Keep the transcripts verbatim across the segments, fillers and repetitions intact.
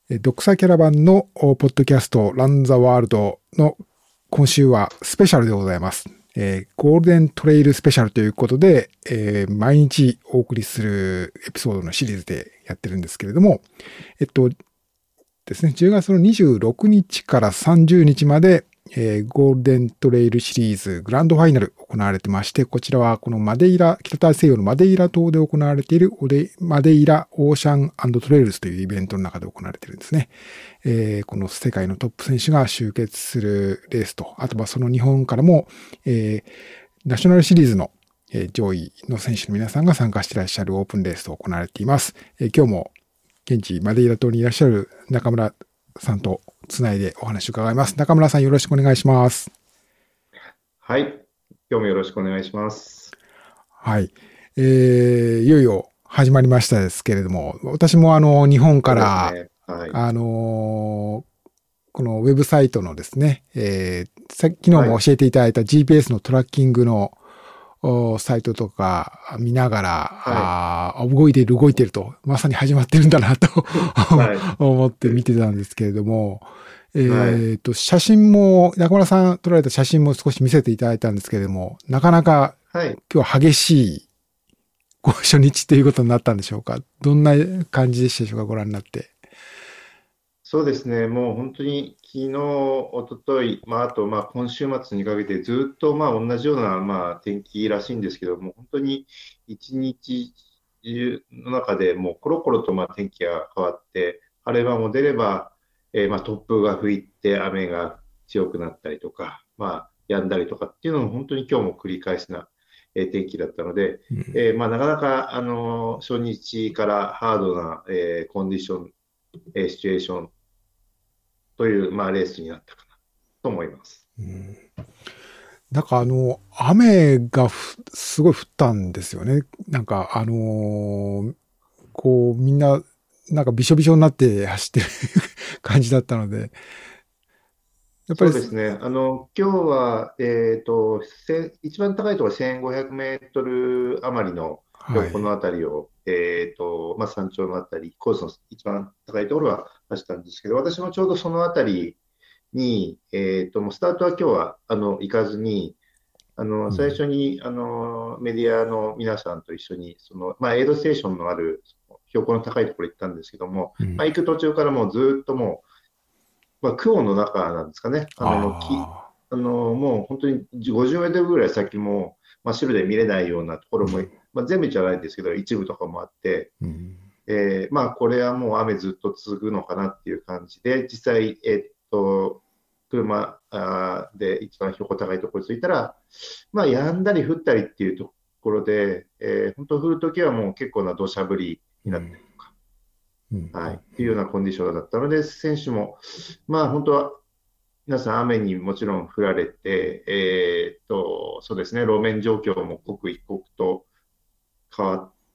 えドクサキャラバンのポッドキャストランザワールドの今週はスペシャルでございます。えーゴールデントレイルスペシャルということで、えー毎日お送りするエピソードのシリーズでやってるんですけれども、えっとですね、じゅうがつのにじゅうろくにちからさんじゅうにちまで、えーゴールデントレイルシリーズグランドファイナル行われてまして、こちらはこのマデイラ、北大西洋のマデイラ島で行われているオデマデイラオーシャン&トレイルズというイベントの中で行われているんですね。えーこの世界のトップ選手が集結するレースと、あとはその日本からも、えーナショナルシリーズのえー上位の選手の皆さんが参加していらっしゃるオープンレースと行われています。えー今日も現地マデイラ島にいらっしゃる中村さんとつないでお話を伺います。中村さんよろしくお願いします。 はい。今日もよろしくお願いします。 はい。えー、いよいよ始まりましたですけれども、私もあの日本かそうですら、 ね。はい。 あのこのウェブサイトのですね、えー、さ昨日はい。 も教えていただいた ジーピーエス のトラッキングのおサイトとか見ながはい。 ら、あ動いている動いていると、まさに始まってるんだなとはい。 思って見てたんですけれども、 はい。 えっと、写真も、中村さん撮られた写真も少し見せていただいたんですけれども、なかなかはい。 今日は激しいご初日ということになったんでしょうか。どんな感じでしたでしょうか、ご覧になって。 そうですね。もう本当に昨日、一昨日まあ、あと、まあ、今週末にかけてずっと、まあ、同じような、まあ、天気らしいんですけども、本当に一日中の中でもうコロコロと、まあ、天気が変わって、晴れ間も出れば、えーまあ、突風が吹いて雨が強くなったりとか、まあ、止んだりとかっていうのも本当に今日も繰り返しな、えー天気だったので、 うん、 えーまあ、なかなか、あのー初日からハードな、えーコンディション、えーシチュエーションという、まあ、レースになったかなと思います。 うん、なんかあの、雨がふすごい降ったんですよね。なんかあのーこうみんな、なんかびしょびしょになって走ってる感じだったので、やっぱり、 そうですね。あの、今日は、えっと、せん一番高いところはせんごひゃくメートル余りのはい。 標高のあたりを、えっと、まあ、山頂のあたり、コースの一番高いところは走ったんですけど、私もちょうどそのあたりに、えっと、もうスタートは今日は、あの、行かずに、あの、最うん。 初に、あの、メディアの皆さんと一緒に、その、まあ、エイドステーションのある、標高の高いところ行ったんですけども、 うん。 まあ、行く途中からもうずっともう、まあ、雲の中なんですかね。あの、もうき、 ああ。 あの、もう本当にごじゅうメートルぐらい先も真っ白で見れないようなところも、 うん。 まあ、全部じゃないんですけど、一部とかもあって、 うん。 えーまあ、これはもう雨ずっと続くのかなっていう感じで、実際、えっと、車あーで一番標高高いところに着いたら、まあ、止んだり降ったりっていうところで、えー本当降るときはもう結構な土砂降りになっうん。 たりとか、 うん。 はい、っていうようなコンディションだったので、選手も、まあ、本当は皆さん雨にもちろん降られて、えーっと、そうですね、路面状況も刻一刻と変わって、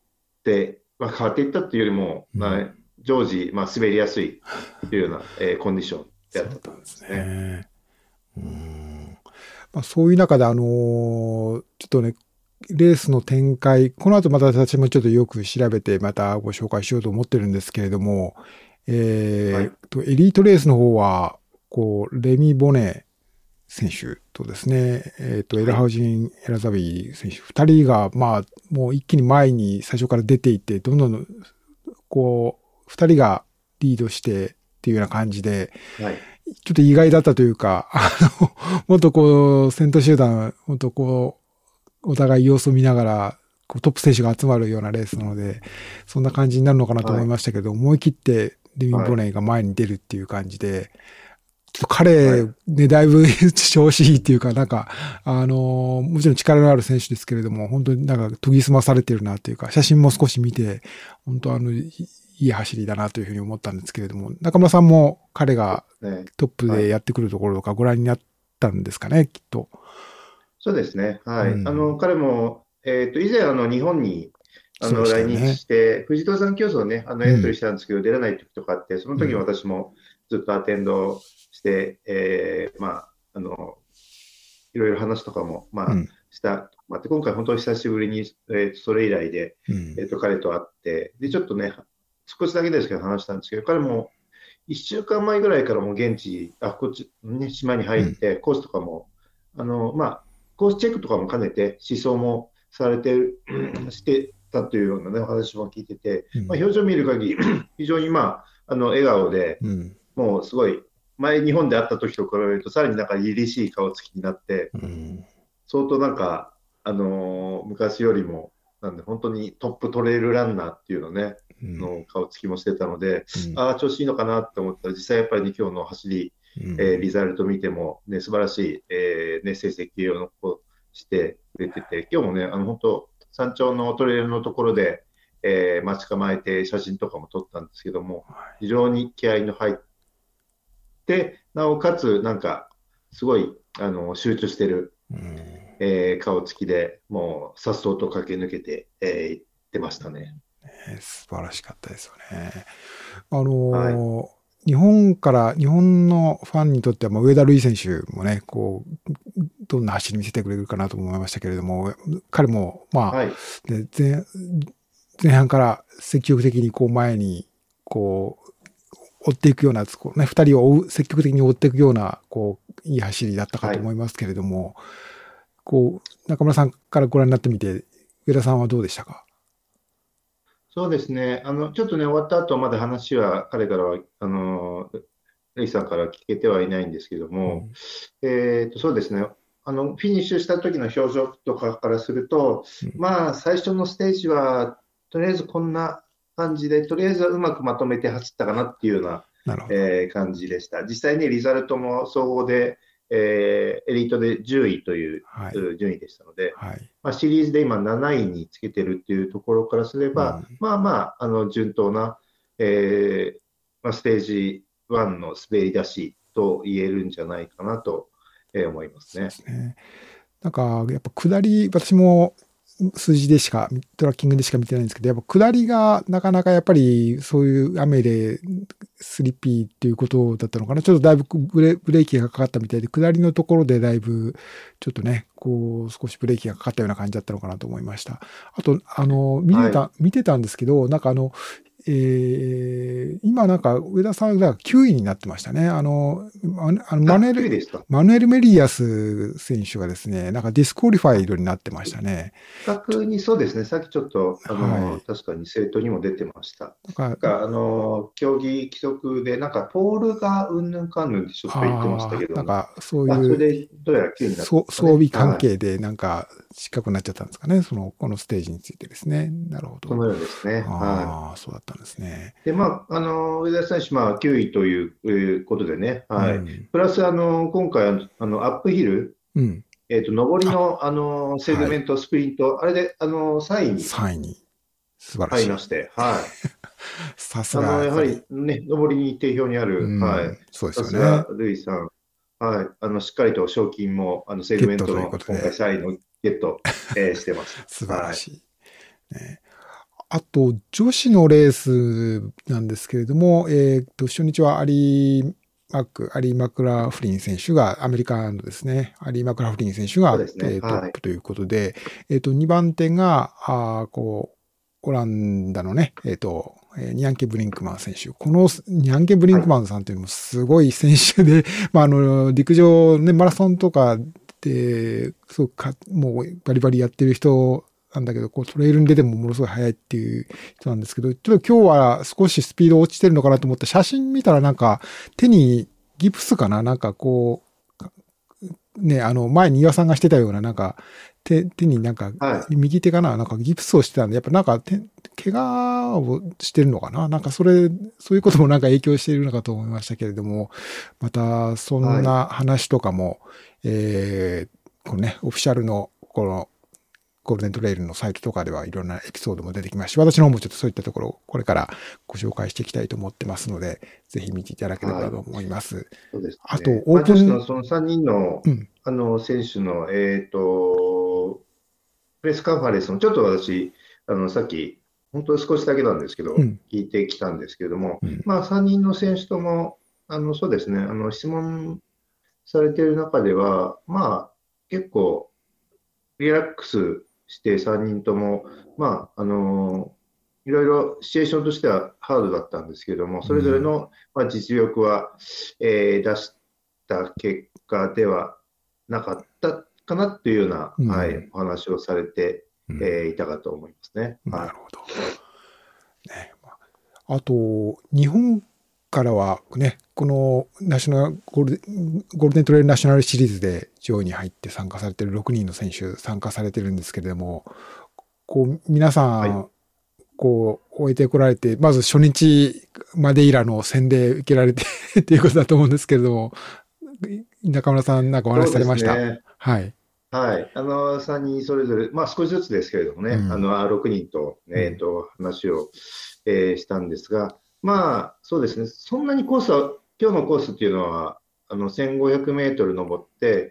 まあ、変わっていったっていうよりも、 うん。 まあ、常時、まあ、滑りやすいというような、えーコンディションであそうったと思いなんですますね。 ね。うん。まあ、そういう中で、あのーちょっとね、レースの展開、この後また私もちょっとよく調べてまたご紹介しようと思ってるんですけれども、 はい。 えーと、エリートレースの方は、こう、レミ・ボネ選手とですね、えっと、エルはい。 ハウジン・エラザビー選手、二人が、まあ、もう一気に前に最初から出ていって、どんどん、こう、二人がリードしてっていうような感じで、 はい。 ちょっと意外だったというか、あの、もっとこう、先頭集団、もっとこう、お互い様子を見ながら、こうトップ選手が集まるようなレースなので、そんな感じになるのかなと思いはい。 ましたけど、思い切ってデミン・はい。 ボネーが前に出るっていう感じで、ちょっと彼、 はい。 ね、だいぶ調子いいっていうか、なんか、あのもちろん力のある選手ですけれども、本当になんか研ぎ澄まされてるなっていうか、写真も少し見て、本当あの、いい走りだなというふうに思ったんですけれども、中村さんも彼がね。 トップはい。 でやってくるところとかご覧になったんですかね、きっと。 そうですね。 うはい。あの、 ん。 彼も、えっと、以前、あの、日本に、あの、 そうでした来日よね。 して、富士登山競争ね、あの、エントリーうん。 したんですけど、出らない時とかあって、その時うん。 私もずっとアテンドして、えーまあ、あの、いろいろ話とかも、まあ、 うん。 した。まあ、で今回本当に久しぶりに、えーそれ以来で、 うん。 えっと、彼と会って、で、ちょっとね、少しだけですけど話したんですけど、彼もいっしゅうかんまえぐらいからもう現地、あ、こっち、ね、島にうん。 入って、コースとかも、あの、まあ、コースチェックとかも兼ねて、思想もされてる、してたというようなね、お話も聞いてて、まあ、 うん。 表情見る限り、非常にまあ、あの、笑顔で、 うん。 もうすごい、前日本で会った時と比べると、さらになんか凛々しい顔つきになって、 うん。 相当なんか、あのー昔よりも、なんで本当にトップトレイルランナーっていうのね、 うん。 の顔つきもしてたので、 うん。 ああ、調子いいのかなって思ったら、実際やっぱりね、今日の走り、えーうん。 リザルト見ても、ね、素晴らしい、えーね、成績を残してくれてて、今日もね、あの本当、山頂のトレイルのところで、えー待ち構えて写真とかも撮ったんですけども、非常に気合いの入って、なおかつ、なんか、すごい、あの、集中してる、 うん。 えー顔つきでもう、さっそうと駆け抜けて、えー行ってましたね。 えー素晴らしかったですよね。あはい。 のー日本から、日本のファンにとっては、まあ、上田瑠衣選手もね、こう、どんな走り見せてくれるかなと思いましたけれども、彼も、まあ、 はい。 で前、前半から積極的にこう前に、こう、追っていくような、こうね、二人を追う、積極的に追っていくような、こう、いい走りだったかとはい。 思いますけれども、こう、中村さんからご覧になってみて、上田さんはどうでしたか？ そうですね。あの、ちょっとね、終わった後、まだ話は、彼からは、あの、レイさんから聞けてはいないんですけども、 うん。 えーと、そうですね。あの、フィニッシュした時の表情とかからすると、 うん。 まあ、最初のステージは、とりあえずこんな感じで、とりあえずはうまくまとめて走ったかなっていうような、 なるほど。 えー感じでした。実際にリザルトも総合で、えーエリートでじゅういというはい。 う順位でしたので、 はい。 まあ、シリーズで今なないにつけてるっていうところからすれば、 うん。 まあまあ、あの順当な、えーまあ、ステージワンの滑り出しと言えるんじゃないかなと、えー思いますそうでね。 すね。なんか、やっぱ下り、私も数字でしか、トラッキングでしか見てないんですけど、やっぱ下りがなかなかやっぱりそういう雨でスリッピーっていうことだったのかな。ちょっとだいぶブレブレーキがかかったみたいで、下りのところでだいぶちょっとね、こう少しブレーキがかかったような感じだったのかなと思いました。あと、あの、見てはい。 た、見てたんですけど、なんかあの、えー今なんか上田さんがきゅういになってましたね。あの、あのあのマあ、 ネル、 きゅういですか。 マヌエル・メリアス選手がですね、なんかディスクオリファイドになってましたね。ちょ確にそうですね。さっきちょっと、あの、 はい。 確かに生徒にも出てました。 なんか、 なんか、あの、競技規則で、なんか、ポールがうんぬんかんぬんってちょっと言ってましたああ、 けども、 なんかそうあ、そいうれでどうやらきゅういになったんそですかね。 装備関はい。 係でなんか失格になっちゃったんですかね。その、このステージについてですね。なるほど。 そのようですね。はい。 ああ、そうだったんですね。 で、まあ、あの、上田選手、まあ、きゅういという、えーことでね、はい。 うん。 プラス、あの、今回、あの、アップヒル、 うん。 えっと、上りあ、 の、あの、セグはい。 メント、スプリント、あれで、あの、さんいにさんいに。素晴らしい。 入りまして、はい。 さすが、 あの、やはやっぱり。 りね、上りに定評にあうる、はい。 ん。そうですさすが、 よね。 ルイさん。はい。あの、しっかりと賞金も、あの、セグメンゲットというこトの今回とで、 さんいのゲット、えーしてました。 素晴らはい。 しい。ね、あと、女子のレースなんですけれども、えっと、初日はアリー・マック、アリー・マクラフリン選手が、アメリカのですね、アリー・マクラフリン選手が、 そうですね。 えートッはい。 プということで、えっと、にばん手が、あーこう、オランダのね、えっと、えーニャンケ・ブリンクマン選手。このニャンケ・ブリンクはい。 マンさんというのもすごい選手で、まあ、あの、陸上ね、マラソンとかで、そうか、もうバリバリやってる人なんだけど、こうトレイルに出てもものすごい速いっていう人なんですけど、ちょっと今日は少しスピード落ちてるのかなと思って写真見たらなんか手にギプスかななんかこう、ね、あの前に岩さんがしてたようななんか手、手になんかはい。 右手かななんかギプスをしてたんで、やっぱなんか手、怪我をしてるのかななんかそれ、そういうこともなんか影響しているのかと思いましたけれども、またそんはい。 な話とかも、えー、このね、オフィシャルのこのゴールデントレイルのサイトとかではいろんなエピソードも出てきますし、私の方もちょっとそういったところをこれからご紹介していきたいと思ってますので、ぜひ見ていただけれはい。 ばと思います。 そうですあと、 ね。まあ、 オープン、 女子のそのさんにんの、 うん、 あの、選手の、えっと、プレスカンファレンスも、ちょっと私、あの、さっき、本当に少しだけなんですけど、 うん、 聞いてきたんですけれども、 うん、 まあ、さんにんの選手とも、あの、そうですね、あの、質問されている中では、まあ、結構、リラックスしてさんにんとも、まあ、あの、 いろいろシチュエーションとしてはハードだったんですけれども、それぞれの、まあ、実力は、えー出した結果ではなかったかなというような、 うんはい、お話をされて、 うんえーいたかと思いますね。はい。 なるほど。ね、あと、日本からはね、このナショナルゴールデン、ゴールデントレイルナショナルシリーズで上位に入って参加されているろくにんの選手参加されてるんですけれども、こう、皆さはい。 ん、こう、終えてこられて、まず初日マデイラの洗礼受けられてっていうことだと思うんですけれども、中村さんなんかお話しそうでされました。 すね。 はい。 はい。あの、さんにんそれぞれ、まあ少しずつですけれどもね、あうん。 の、ろくにんと、えっうん。 と、話を、えーしたんですが、まあ、そうですね。そんなにコースは、今日のコースっていうのは、あの、せんごひゃくメートル登って、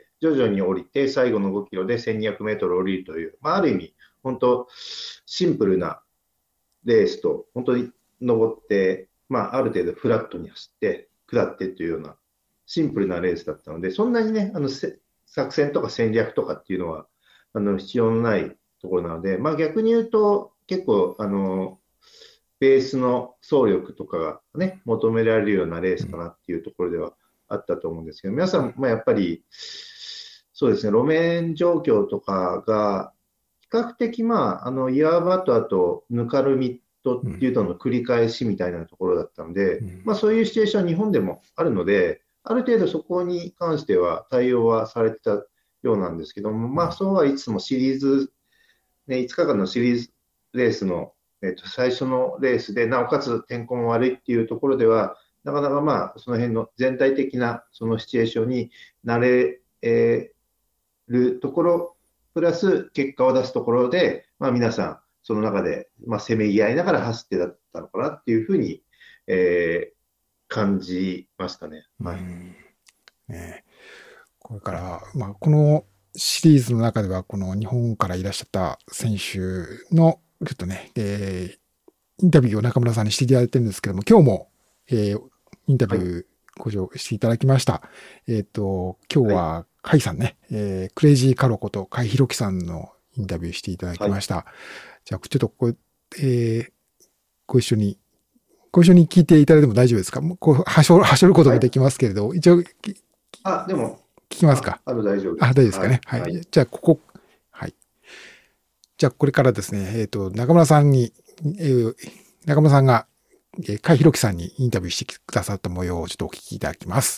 徐々に降りて、最後のごキロでせんにひゃくメートル降りるという、まあ、ある意味、本当シンプルなレースと、本当に登って、まあ、ある程度フラットに走って、下ってというような、シンプルなレースだったので、そんなにね、あの、せ作戦とか戦略とかっていうのは、あの、必要のないところなので、まあ逆に言うと、結構、あの、ベースの走力とかがね、求められるようなレースかなっていうところではあったと思うんですけど、皆さん、まあやっぱり、そうですね、路面状況とかが、比較的、まあ、あの、岩場とあと、ぬかるみとうん。 っていうのの繰り返しみたいなところだったので、 うん。 まあそういうシチュエーションは日本でもあるので、ある程度そこに関しては対応はされてたようなんですけども、まあそうは言いつつもシリーズ、ね、いつかかんのシリーズレースの、えっと、最初のレースで、なおかつ天候も悪いっていうところでは、なかなかまあ、その辺の全体的なそのシチュエーションに慣れ、えーるところ、プラス結果を出すところで、まあ皆さん、その中で、まあ、せめぎ合いながら走ってだったのかなっていうふうに、えー感じましたね。 うはい。 ん。ね、これから、まあ、このシリーズの中では、この日本からいらっしゃった選手の、ちょっとね、えーインタビューを中村さんにしていただいてるんですけども、今日も、えーインタビはい。 ューご助していただきました。えっ、と、今日はい。 は、甲斐さんね、えークレイジーカロこと甲斐弘樹さんのインタビューしていただはい。 きました。じゃあ、ちょっとここ、えーご一緒に、ご一緒に聞いていただいても大丈夫ですか？もうこう、はしょる、はしょることはい。 もできますけれど、一応、き聞あ、でも、あ、 きますか？ あの、大丈夫であ、大す。はい。 丈夫ですかね。はい。 はい。 じゃあ、ここ、はい。じゃあ、これからですね、えっ、と、中村さんに、えー中村さんが、えー、甲斐弘樹さんにインタビューしてくださった模様をちょっとお聞きいただきます。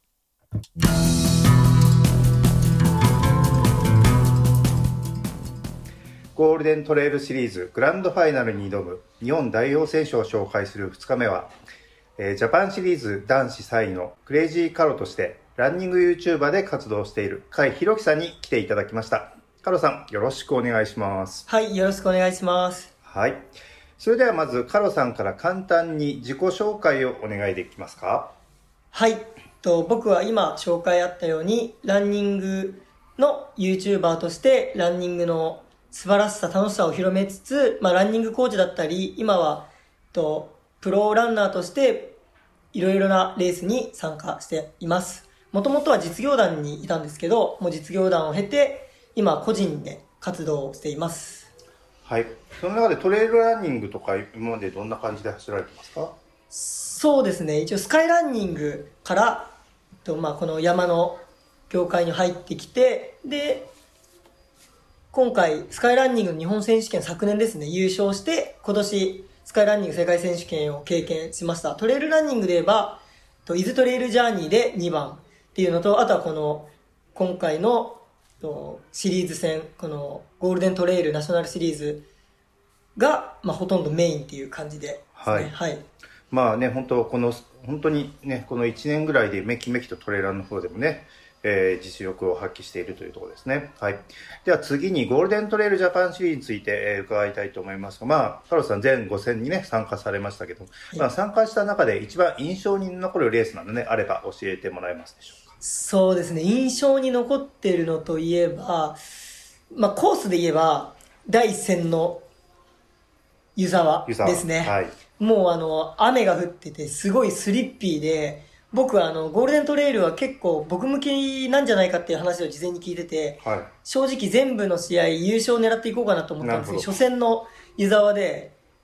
ゴールデントレイルシリーズグランドファイナルに挑む日本代表選手を紹介するふつかめは、えージャパンシリーズ男子さんいのクレイジーカロとしてランニング YouTuber で活動している甲斐弘樹さんに来ていただきました。カロさん、よろしくお願いします。 はい、よろしくお願いします。 はい。それではまずカロさんから簡単に自己紹介をお願いできますか？ はい、と僕は今紹介あったようにランニングの YouTuber としてランニングの素晴らしさ、楽しさを広めつつ、まあ、ランニングコーチだったり、今はとプロランナーとしていろいろなレースに参加しています。もともとは実業団にいたんですけど、もう実業団を経て今個人で活動をしています。 はい。その中でトレイルランニングとか今までどんな感じで走られてますか？ そうですね、一応スカイランニングからと、まあ、この山の業界に入ってきて、で今回スカイランニングの日本選手権昨年ですね優勝して、今年スカイランニング世界選手権を経験しました。トレイルランニングで言えばと伊豆トレイルジャーニーでにばんっていうのと、あとはこの今回のとシリーズ戦、このゴールデントレイルナショナルシリーズが、まあ、ほとんどメインっていう感じでですはい。 ね。はい。 まあね、本当この、本当にね、このいちねんぐらいでめきめきとトレーラーの方でもね、えー実力を発揮しているというところですね。はい。では次にゴールデントレイルジャパンシリーズについて、えー伺いたいと思いますが、まあ、カロスさん全ご戦にね、参加されましたけど、 はいまあ参加した中で一番印象に残るレースなどね、あれば教えてもらえますでしょうか。 そうですね、印象に残っているのといえば、まあ、コースで言えば第一戦の湯沢ユーさん、 ですね。 はい。 もうあの雨が降っててすごいスリッピーで、僕はあのゴールデントレイルは結構僕向きなんじゃないかっていう話を事前に聞いてて、 は正直全部の試合優勝を狙っていこうかなと思い。 ったんですけど、 なるほど。 初戦の湯沢で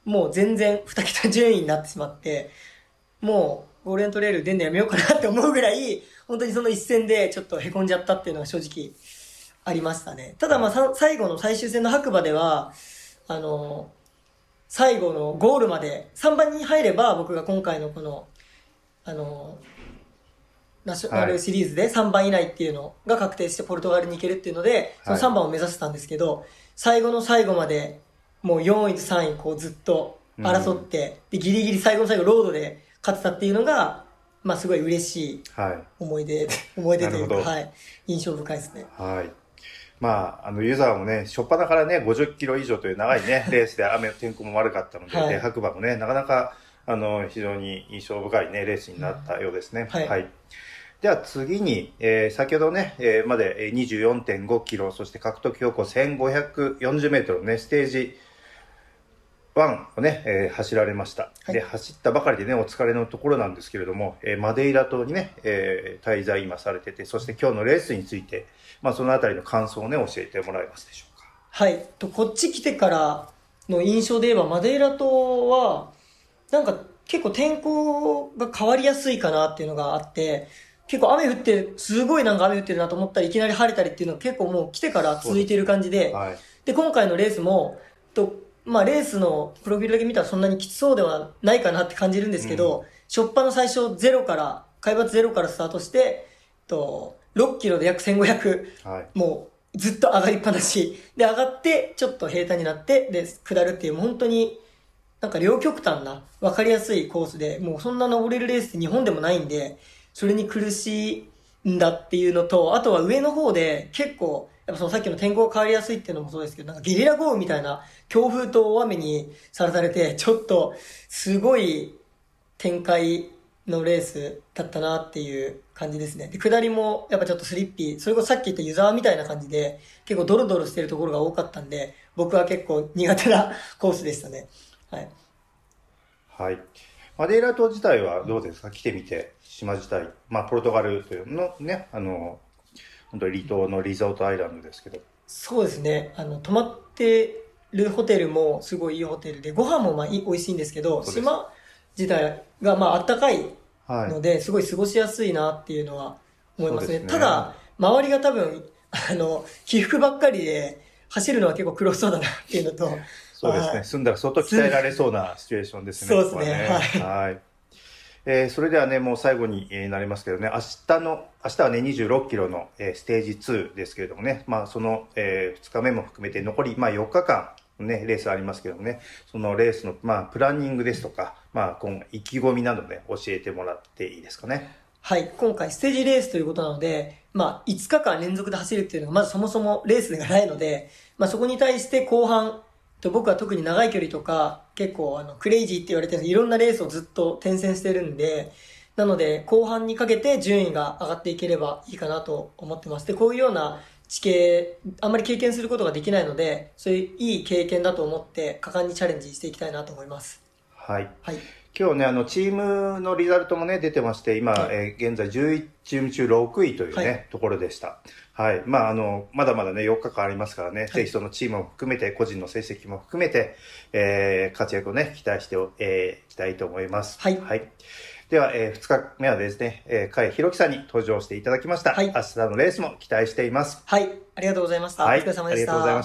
もう全然に桁順位になってしまって、もうゴールデントレイル出んのやめようかなって思うぐらい、本当にその一戦でちょっと凹んじゃったっていうのが正直ありましたね。ただまあ最後の最終戦の白馬では、あの、最後のゴールまでさんばんに入れば僕が今回のこの、あの、ナショナルシリーズでさんばん以内っていうのが確定してポルトガルに行けるっていうので、そのさんばんを目指してたんですけど、最後の最後までもうよんいとさんいこうずっと争って、でギリギリ最後の最後ロードで勝ってたっていうのが、まあすごい嬉しい思い出、はい、思い出というか、はい、印象深いですね。 はい。まあ、あの、ユーザーもね、初っ端からね、ごじゅっキロ以上という長いね、レースで雨、天候も悪かったので、はい、白馬もね、なかなか、あの、非常に印象深いね、レースになったようですね。はい。はい、では次に、えー、先ほどね、えー、まで にじゅうよんてんごキロ、そして獲得標高せんごひゃくよんじゅうメートルのね、ステージいちをね、えー、走られました、はい。で、走ったばかりでね、お疲れのところなんですけれども、えー、マデイラ島にね、えー、滞在今されてて、そして今日のレースについて、まあ、そのあたりの感想をね、教えてもらえますでしょうか。 はい。と、こっち来てからの印象で言えば、マデイラ島は、なんか結構天候が変わりやすいかなっていうのがあって、結構雨降ってる、すごいなんか雨降ってるなと思ったり、いきなり晴れたりっていうのが結構もう来てから続いている感じで、で、はい、で、今回のレースも、と、まあ、レースのプロフィールだけ見たらそんなにきつそうではないかなって感じるんですけど、うん、初っ端の最初ゼロから、海抜ゼロからスタートして、と、ろっキロで約せんごひゃく、はい、もうずっと上がりっぱなしで上がってちょっと平坦になってで下るっていうもう本当になんか両極端な分かりやすいコースでもうそんな登れるレースって日本でもないんでそれに苦しいんだっていうのとあとは上の方で結構やっぱそのさっきの天候が変わりやすいっていうのもそうですけどなんかゲリラ豪雨みたいな強風と大雨にさらされてちょっとすごい展開のレースだったなっていう感じですね。で、下りもやっぱちょっとスリッピー、それこそさっき言った湯沢みたいな感じで結構ドロドロしてるところが多かったんで、僕は結構苦手なコースでしたね。はい。 はい。マデイラ島自体はどうですか？来てみて、島自体、まあポルトガルというのね、あの本当に離島のリゾートアイランドですけど。 そうですね。あの泊まってるホテルもすごいいいホテルで、ご飯もまあ美味しいんですけど、島自体がまああったかいので、はい、すごい過ごしやすいなっていうのは思いますね。すねただ、周りが多分、あの、起伏ばっかりで、走るのは結構苦労そうだなっていうのと。 そうですね。住んだら相当鍛えられそうなシチュエーションですね。 そうですね。ねはい。はい。えー、それではね、もう最後になりますけどね、明日の、明日はね、にじゅうろっキロの、えー、ステージにですけれどもね、まあ、その、えー、ふつかめも含めて残り、まあ、よっかかん、ね、レースありますけどもね、そのレースの、まあ、プランニングですとか、まあ、今意気込みなどね、教えてもらっていいですかね。 はい、今回ステージレースということなので、まあ、いつかかん連続で走るっていうのが、まずそもそもレースがないので、まあ、そこに対して後半、と僕は特に長い距離とか、結構あの、クレイジーって言われてるいろんなレースをずっと転戦してるんで、なので、後半にかけて順位が上がっていければいいかなと思ってます。で、こういうような地形、あんまり経験することができないので、そういういい経験だと思って、果敢にチャレンジしていきたいなと思います。 はい。はい。今日ね、あの、チームのリザルトもね、出てまして、今、はい、えー、現在じゅういちチーム中ろくいというね、はい、ところでした。はい。まあ、あの、まだまだね、よっかかんありますからね、はい、ぜひそのチームも含めて、個人の成績も含めて、えー、活躍をね、期待して、えー、いきたいと思います。はい。はい。では、えー、ふつかめはですね、えー、甲斐弘樹さんに登場していただきました。はい。明日のレースも期待しています。 はい。ありがとうございました。はい。お疲れ様でした。 ありがとうございました。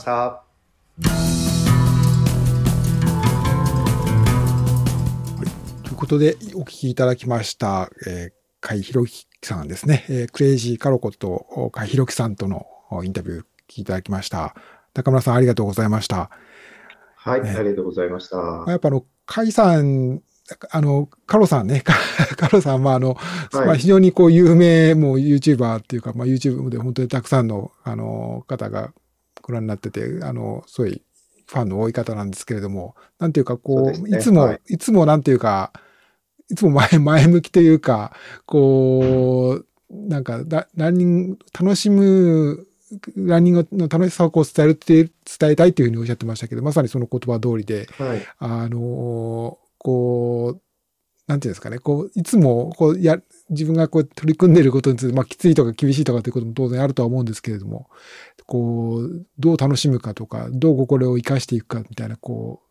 ということで、お聞きいただきました、えー、甲斐弘樹さんですね、えー、クレイジーカロコと甲斐弘樹さんとのインタビュー聞きいただきました。中村さん、ありがとうございました。 はい、ね、ありがとうございました。 やっぱあの、甲斐さん、あの、カロさんね、カロさんはあの、はい、まあ、非常にこう有名、もう YouTuber っていうか、まあ YouTube で本当にたくさんの、あの、方がご覧になってて、あの、すごいファンの多い方なんですけれども、なんていうかこう、うね、いつも、はい、いつもなんていうか、いつも前、前向きというか、こう、なんか、ランニング、楽しむ、ランニングの楽しさをこう伝えるって、伝えたいというふうにおっしゃってましたけど、まさにその言葉通りで、はい、あの、こう、なんていうんですかね、こう、いつも、こう、や、自分がこう取り組んでいることについて、まあ、きついとか厳しいとかということも当然あるとは思うんですけれども、こう、どう楽しむかとか、どうこれを生かしていくかみたいな、こう、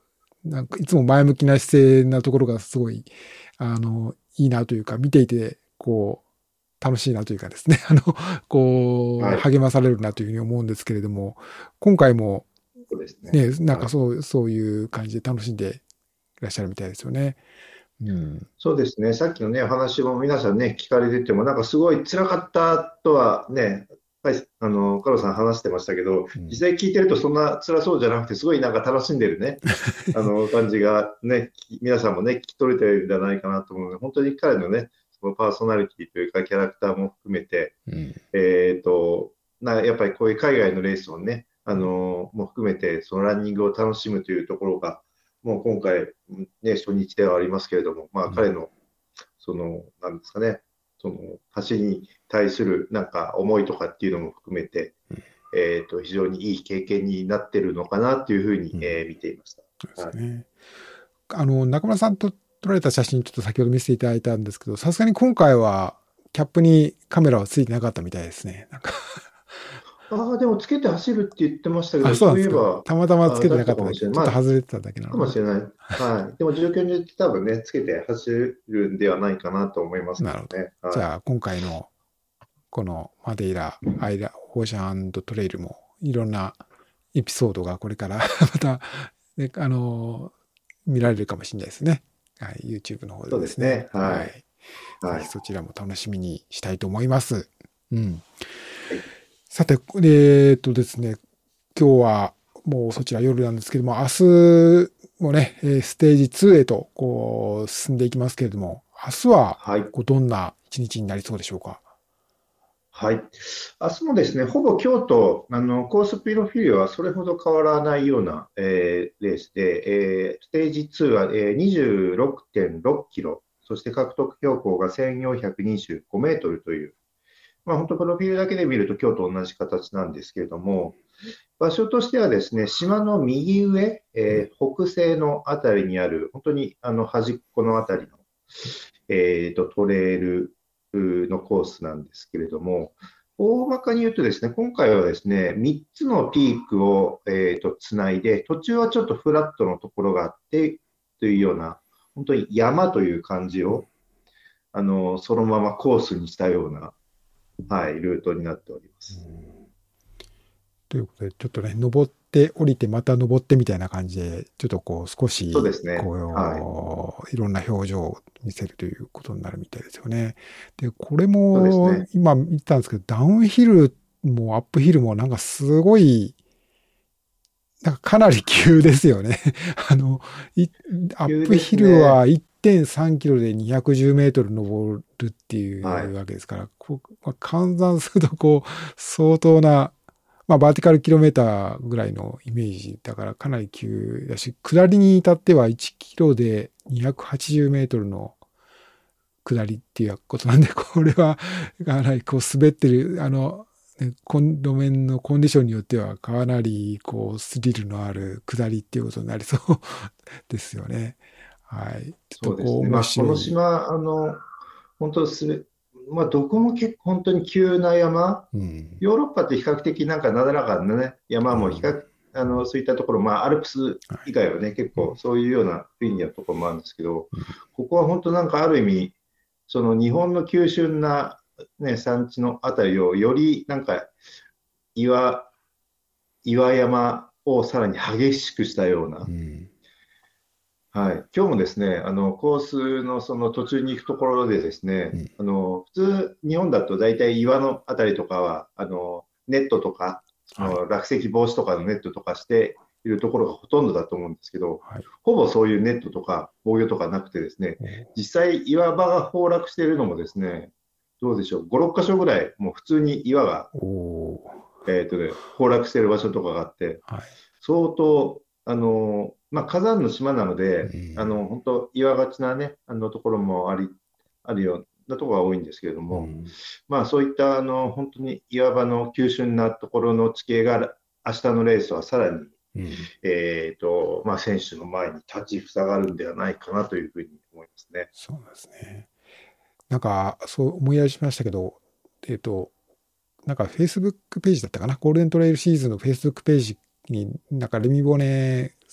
なんかいつも前向きな姿勢なところがすごい、あの、いいなというか、見ていて、こう、楽しいなというかですね、あの、こう、 はい励まされるなというふうに思うんですけれども、今回もそうですね。 ね、なんはいかそう、そういう感じで楽しんでいらっしゃるみたいですよね。うん。 そうですね。さっきのね、お話も皆さんね、聞かれてても、なんかすごい辛かったとはね、はい、あの、カロさん話してましたけど、 うん実際聞いてるとそんな辛そうじゃなくて、すごいなんか楽しんでるね、あの、感じがね、き皆さんもね、聞き取れてるんじゃないかなと思うので、本当に彼のね、そのパーソナリティというか、キャラクターも含めて、 うんえっと、な、やっぱりこういう海外のレースをね、あの、も含めて、そのランニングを楽しむというところが、もう今回、ね、初日ではありますけれども、まあ彼の、その、なんですかね、その、走りに対するなんか思いとかっていうのも含めて、えっと、非常にいい経験になってるのかなっていうふうに、 うんえー見ていました。 そうですね。あの、中村さんと撮られた写真、ちょっと先ほど見せていただいたんですけど、さすがに今回はキャップにカメラはついてなかったみたいですね。なんかああ、でもつけて走るって言ってましたけあ、 ど、そうそうなんですか。 いえば、 たまたまつけてあだったなかっただけ。ちょっかもしれない。まあ、 と外れてただけなのかかもしれない。はい。でも状況によって多分ね、つけて走るんではないかなと思いますけな。なるほど。 どね。はい。 じゃあ、今回のこのマデイラ、アイラ、オーシャントレイルもいろんなエピソードがこれからまた、ね、あの、見られるかもしれないですね。はい。YouTube の方でですね。 そうですねはいはい。 はいぜひそちらも楽しみにしたいと思います。うん。 はいさて、えーっとですね、今日はもうそちら夜なんですけども、明日もね、えーステージツーへとこう進んでいきますけれども、明日ははい。 こうどんな一日になりそうでしょうか。 はい。明日もですね、ほぼ今日と、あの、コースプロフィールはそれほど変わらないような、えーレースで、えーステージツーは、えー、にじゅうろくてんろっキロ、そして獲得標高がせんよんひゃくにじゅうごメートルという、まあ、本当、プロフィールだけで見ると今日と同じ形なんですけれども、場所としてはですね、島の右上、えー北西のあたりにある、本当にあの端っこのあたりの、えーと、トレイルのコースなんですけれども、大まかに言うとですね、今回はですね、みっつのピークを、えーと、つないで、途中はちょっとフラットのところがあってというような、本当に山という感じを、あの、そのままコースにしたような、はい、ルートになっております。 ということで、ちょっとね、登って降りてまた登ってみたいな感じで、ちょっとこう少し、 そうですねこう、、 はいろんな表情を見せるということになるみたいですよね。で、これそうも、 ですね今見たんですけど、ダウンヒルもアップヒルもなんかすごい、なんかかなり急ですよね。あの、いアップヒルは いってんさんキロでにひゃくじゅうメートル登るっていうはいわけですから、こうまあ換算するとこう、相当な、まあ、バーティカルキロメーターぐらいのイメージだからかなり急だし、下りに至ってはいちキロでにひゃくはちじゅうメートルの下りっていうことなんで、これはかなりこう滑ってる、あの、ね、コン路面のコンディションによってはかなりこうスリルのある下りっていうことになりそうですよね。はい。ちょっとこうそうですね。まあ、こ面白い。 の島、あの、本当すべ、まあ、どこも結構本当に急な山、 うん。 ヨーロッパって比較的なんかなだらかなね、山も比較、あの、そういったところ、まあ、アルプス以外はね、結構そういうような雰囲気のところもあるんですけど、ここは本当なんかある意味、その日本の急峻な、ね、山地のあたりをよりなんか岩、岩山をさらに激しくしたような、 うん。 はい、今日もですね、あのコースのその途中に行くところでですね、 うんあの普通、日本だと大体岩のあたりとかはあのネットとか、その落石防止とかのネットとかしているところがほとんどだと思うんですけど、 はい。 ほぼそういうネットとか防御とかなくてですね、実際岩場が崩落しているのもですね、どうでしょう、ご、ろっかしょぐらいもう普通に岩が、 おおえーとね、崩落している場所とかがあって、 ー。はい。 相当、あのまあ、火山の島なので、 うんあの本当、岩がちな、ね、あのところもありあるようなところが多いんですけれども、 うんまあ、そういったあの本当に岩場の急峻なところの地形が、明日のレースはさらに、 うんえーとまあ、選手の前に立ちふさがるんではないかなというふうに思いますね。 そうなんですね。なんか、そう思い出しましたけど、えっと、なんか Facebook ページだったかな、ゴールデントレイルシリーズの Facebook ページに、なんかレミボネ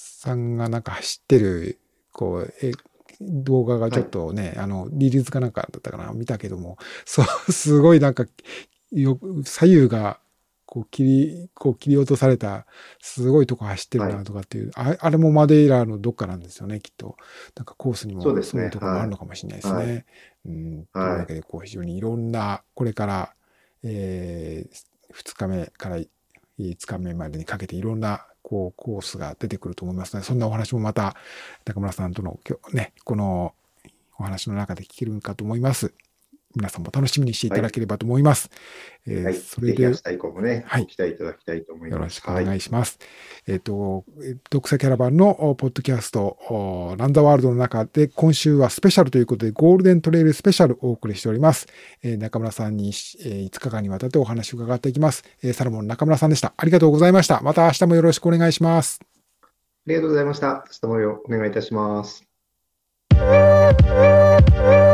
さんがなんか走ってる、こう、え、動画がちょっとね、はい、あの、リリースかなんかだったかな、見たけども、そう、すごいなんか、よ左右が、こう切り、こう切り落とされた、すごいとこ走ってるなとかっていう、はい、あ, あれもマデイラのどっかなんですよね、きっと。なんかコースにもそういうところもあるのかもしれないですね。はい、うん、というわけで、こう非常にいろんな、これから、えー、ふつかめからいつかめまでにかけていろんな、こう、コースが出てくると思いますので、そんなお話もまた、中村さんとの、今日ね、このお話の中で聞けるかと思います。皆さんも楽しみにしていただければと思います。 はい、えーはい、それで、ぜひ明日以降もね、はい、ご期待いただきたいと思います。 よろしくお願いします。はい、えっと、読者キャラバンのポッドキャスト、ランザワールドの中で、今週はスペシャルということで、ゴールデントレイルスペシャルをお送りしております。えー、中村さんに、えー、いつかかんにわたってお話を伺っていきます。えー、サロモン中村さんでした。ありがとうございました。また明日もよろしくお願いします。 ありがとうございました。明日もお願いいたします。